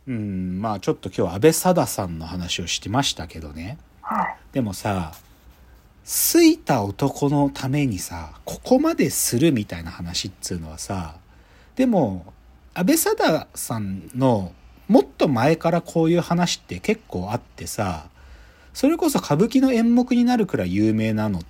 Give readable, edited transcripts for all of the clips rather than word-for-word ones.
まあちょっと今日安倍貞さんの話をしてましたけどね。 はい。 でもさ、好いた男のためにさ、ここまでするみたいな話っつうのはさ、でも安倍貞さんのもっと前からこういう話って結構あってさ、それこそ歌舞伎の演目になるくらい有名なのって、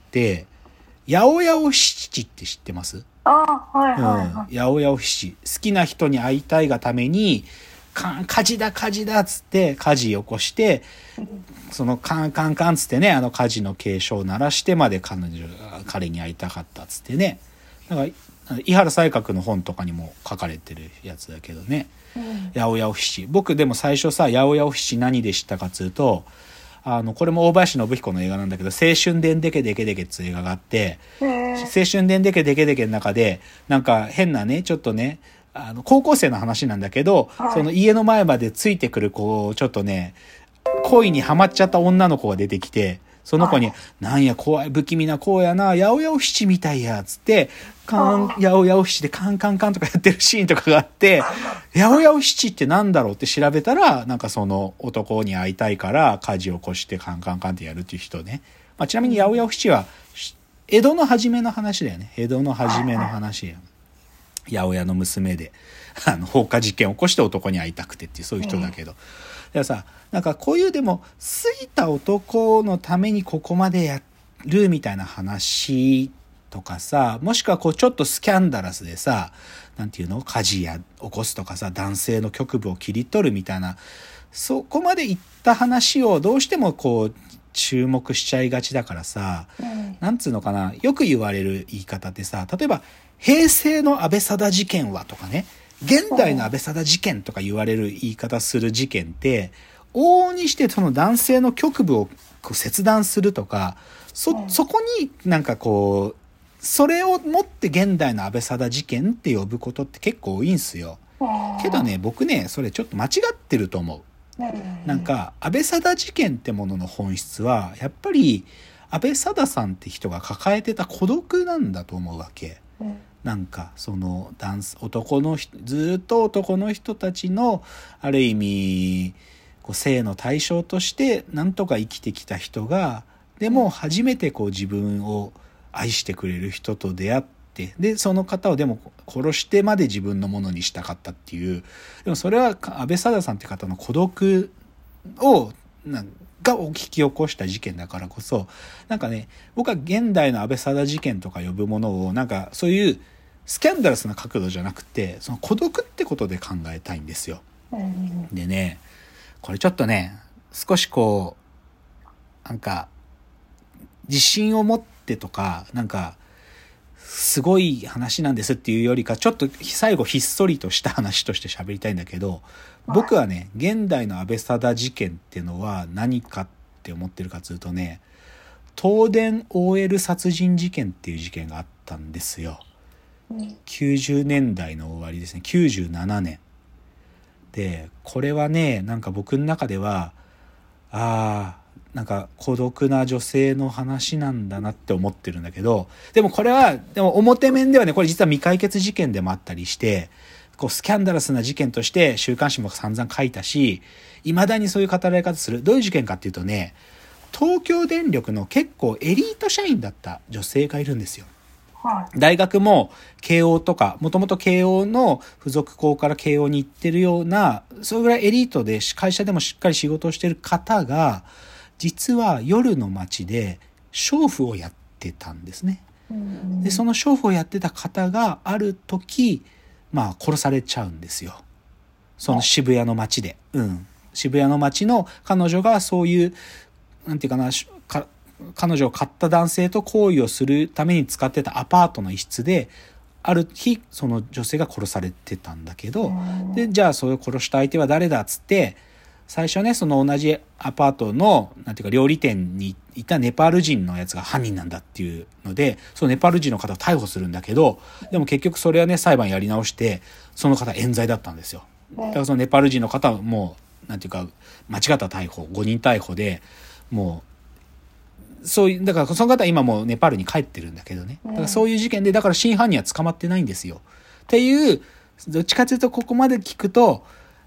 八百屋お七って知ってます？ ああ、はいはいはい。 八百屋お七。好きな人に会いたいがために、火事だ火事だっつって火事起こして、そのカンカンカンつってね、火事の警鐘を鳴らしてまで彼に会いたかったっつってね。だから井原西鶴の本とかにも書かれてるやつだけどね。八百屋お七。僕でも最初さ、八百屋お七何で知ったかっつうと、これも大林信彦の映画なんだけど、青春伝デケデケデケっていう映画があって、青春伝デケデケデケの中で、なんか変なね、ちょっとね、高校生の話なんだけど、 はい、 その家の前までついてくるこう、ちょっとね、恋にハマっちゃった女の子が出てきて、その子に、なんや怖い、不気味な子やな、八百屋お七みたいや、つって、八百屋お七でカンカンカンとかやってるシーンとかがあって、八百屋お七ってなんだろうって調べたら、なんかその男に会いたいから火事を起こしてカンカンカンってやるっていう人ね。まあ、ちなみに八百屋お七は、江戸の初めの話だよね。江戸の初めの話や。八百屋の娘で、放火事件を起こして男に会いたくてっていう、そういう人だけど。だからさ、なんかこういうでも、過ぎた男のためにここまでやるみたいな話とかさ、もしくはこうちょっとスキャンダラスでさ、なんていうの、火事や起こすとかさ、男性の局部を切り取るみたいな、そこまでいった話をどうしてもこう、注目しちゃいがちだからさ、なんつうのかな、よく言われる言い方ってさ、例えば、平成の安倍貞事件はとかね、現代の安倍貞事件とか言われる言い方する事件って、往々にしてその男性の局部をこう切断するとか、そこになんかこう、それをもって現代の安倍貞事件って呼ぶことって結構多いんすよ。けどね、僕ね、それちょっと間違ってると思う。なんか、安倍貞事件ってものの本質は、やっぱり、安倍貞さんって人が抱えてた孤独なんだと思うわけ。なんか、その、ずっと男の人たちの、ある意味、こう性の対象として、なんとか生きてきた人が、でも初めてこう自分を愛してくれる人と出会って、で、その方をでも殺してまで自分のものにしたかったっていう、でもそれは安倍貞さんって方の孤独を、が引き起こした事件だからこそ、なんかね、僕は現代の安倍貞事件とか呼ぶものを、なんかそういうスキャンダラスな角度じゃなくて、その孤独ってことで考えたいんですよ。でね、これちょっとね、少しこう、なんか、自信を持ってとか、なんか、すごい話なんですっていうよりか、ちょっと最後ひっそりとした話として喋りたいんだけど、僕はね、現代の安倍貞事件っていうのは何かって思ってるかというとね、東電 OL 殺人事件っていう事件があったんですよ。90年代の終わりですね。97年。で、これはね、なんか僕の中では、なんか孤独な女性の話なんだなって思ってるんだけど、でもこれは、でも表面ではね、これ実は未解決事件でもあったりして、こうスキャンダラスな事件として週刊誌も散々書いたし、未だにそういう語られ方する。どういう事件かっていうとね、東京電力の結構エリート社員だった女性がいるんですよ。大学も慶応とか、もともと慶応の付属校から慶応に行ってるような、それぐらいエリートで会社でもしっかり仕事をしてる方が、実は夜の街で娼婦をやってたんですね。で、その娼婦をやってた方がある時、殺されちゃうんですよ。その渋谷の街で。渋谷の街の彼女がそういう、なんていうかな、彼女を買った男性と行為をするために使ってたアパートの一室で、ある日、その女性が殺されてたんだけど、で、じゃあそれを殺した相手は誰だっつって、最初ね、その同じアパートの、なんていうか料理店にいたネパール人のやつが犯人なんだっていうので、そのネパール人の方を逮捕するんだけど、でも結局それはね、裁判やり直して、その方冤罪だったんですよ。だからそのネパール人の方はもう、なんていうか、間違った逮捕、誤認逮捕で、もう、そういう、だからその方は今もうネパールに帰ってるんだけどね。だからそういう事件で、だから真犯人は捕まってないんですよ。っていう、どっちかというとここまで聞くと、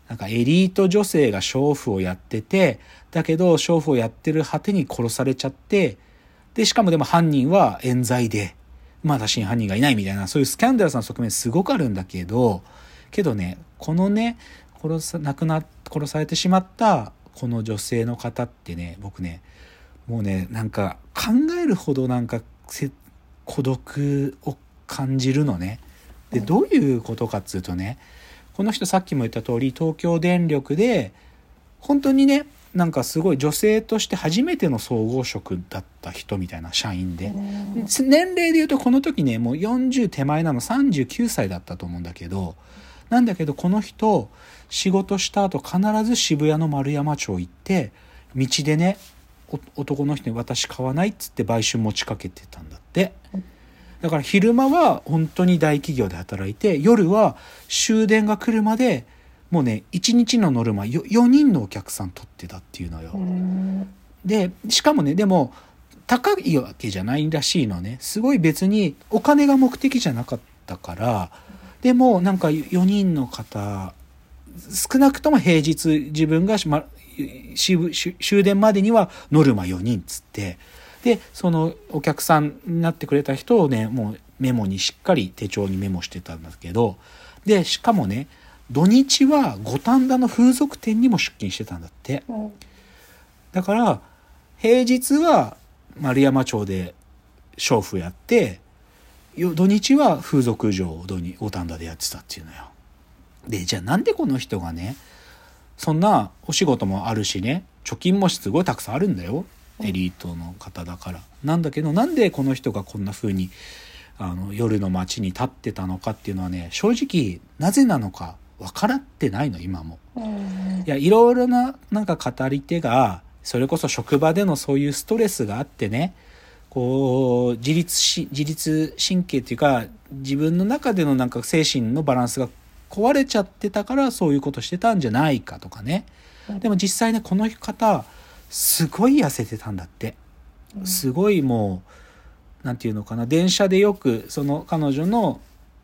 なんかエリート女性が娼婦をやってて、だけど娼婦をやってる果てに殺されちゃって、で、しかもでも犯人は冤罪で、まだ真犯人がいないみたいな、そういうスキャンダラスな側面すごくあるんだけどね、このね、殺されてしまったこの女性の方ってね、僕ね、もうね、なんか考えるほどなんか孤独を感じるのね。で、どういうことかっつうとね、この人さっきも言った通り東京電力で本当にね、なんかすごい女性として初めての総合職だった人みたいな社員で、年齢で言うとこの時ね、もう40手前なの、39歳だったと思うんだけど、なんだけどこの人仕事した後必ず渋谷の丸山町行って、道でね、男の人に私買わないっつって売春持ちかけてたんだって。だから昼間は本当に大企業で働いて、夜は終電が来るまでもうね、1日のノルマ4人のお客さん取ってたっていうのよ。で、しかもね、でも高いわけじゃないらしいのね。すごい別にお金が目的じゃなかったから、でもなんか4人の方、少なくとも平日自分が終電までにはノルマ4人つって、でそのお客さんになってくれた人をね、もうメモにしっかり手帳にメモしてたんだけど、でしかもね、土日は五反田の風俗店にも出勤してたんだって。だから平日は丸山町で娼婦やって、土日は風俗嬢を五反田でやってたっていうのよ。で、じゃあなんでこの人がね、そんなお仕事もあるしね、貯金もすごいたくさんあるんだよ、エリートの方だから。なんだけど、なんでこの人がこんな風に夜の街に立ってたのかっていうのはね、正直なぜなのか分からってないの、今も。いや、いろいろななんか語り手が、それこそ職場でのそういうストレスがあってね、こう自律神経っていうか、自分の中でのなんか精神のバランスが壊れちゃってたからそういうことしてたんじゃないかとかね。でも実際ね、この方すごい痩せてたんだって。すごい、もうなんていうのかな、電車でよくその彼女の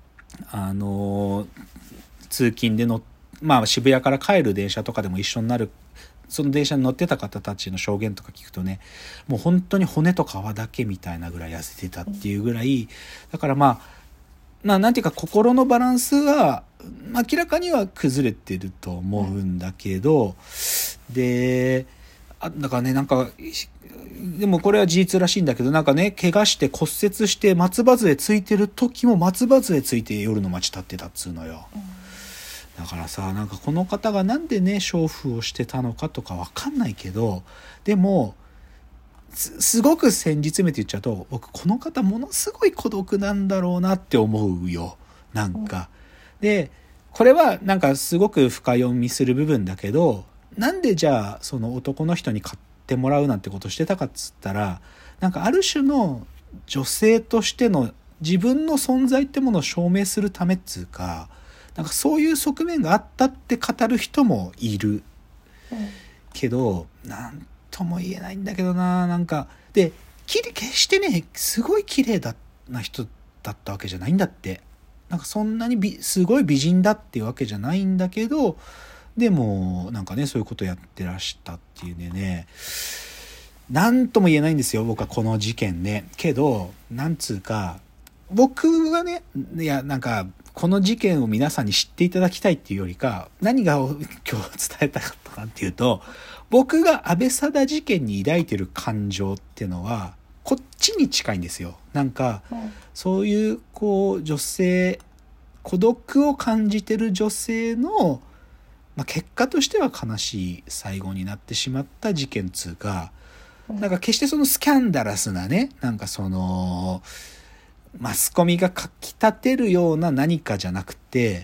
通勤で渋谷から帰る電車とかでも一緒になる、その電車に乗ってた方たちの証言とか聞くとね、もう本当に骨と皮だけみたいなぐらい痩せてたっていうぐらい、だからなんていうか、心のバランスは明らかには崩れてると思うんだけど、で、だからね、なんかでもこれは事実らしいんだけど、なんかね、怪我して骨折して松葉杖ついてる時も松葉杖ついて夜の街立ってたっつうのよ。だからさ、なんかこの方がなんでね娼婦をしてたのかとかわかんないけど、でもすごく先日目って言っちゃうと、僕この方ものすごい孤独なんだろうなって思うよ、なんか。でこれはなんかすごく深読みする部分だけど、なんでじゃあその男の人に買ってもらうなんてことしてたかっつったら、なんかある種の女性としての自分の存在ってものを証明するためっつうか、なんかそういう側面があったって語る人もいる、けどなんとも言えないんだけどな。なんかで決してねすごい綺麗な人だったわけじゃないんだって。なんかそんなにすごい美人だっていうわけじゃないんだけど、でもなんかね、そういうことやってらしたっていうね、なんとも言えないんですよ、僕はこの事件ね。けどなんつうか、僕はね、いやなんかこの事件を皆さんに知っていただきたいっていうよりか、何が今日伝えたかったかっていうと、僕が安倍貞事件に抱いてる感情っていうのはこっちに近いんですよ。なんかそういう女性、孤独を感じてる女性の、結果としては悲しい最後になってしまった事件つうか、なんか決してそのスキャンダラスなね、なんかそのマスコミが書き立てるような何かじゃなくて、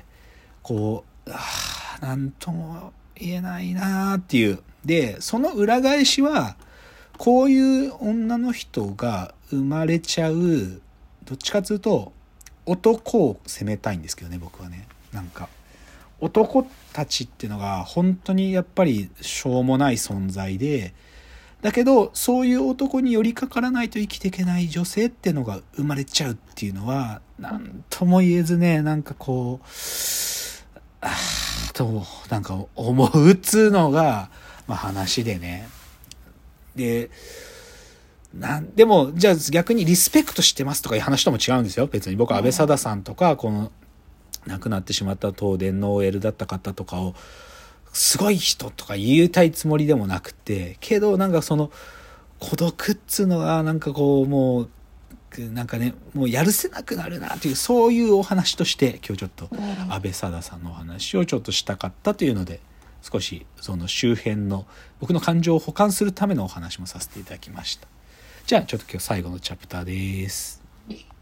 なんとも言えないなっていう。でその裏返しは、こういう女の人が生まれちゃう、どっちかというと男を責めたいんですけどね、僕はね。なんか男たちっていうのが本当にやっぱりしょうもない存在で、だけどそういう男に寄りかからないと生きていけない女性っていうのが生まれちゃうっていうのは、なんとも言えずね、なんかとなんか思うっつうのが、まあ、話でね。ででもじゃあ逆にリスペクトしてますとかいう話とも違うんですよ。別に僕は安倍貞さんとかこの亡くなってしまった東電の OL だった方とかをすごい人とか言いたいつもりでもなくて、けどなんかその孤独っつうのがなんかこうもうなんかねもうやるせなくなるなっていう、そういうお話として今日ちょっと安倍貞さんのお話をちょっとしたかったというので、少しその周辺の僕の感情を補完するためのお話もさせていただきました。じゃあちょっと今日最後のチャプターです。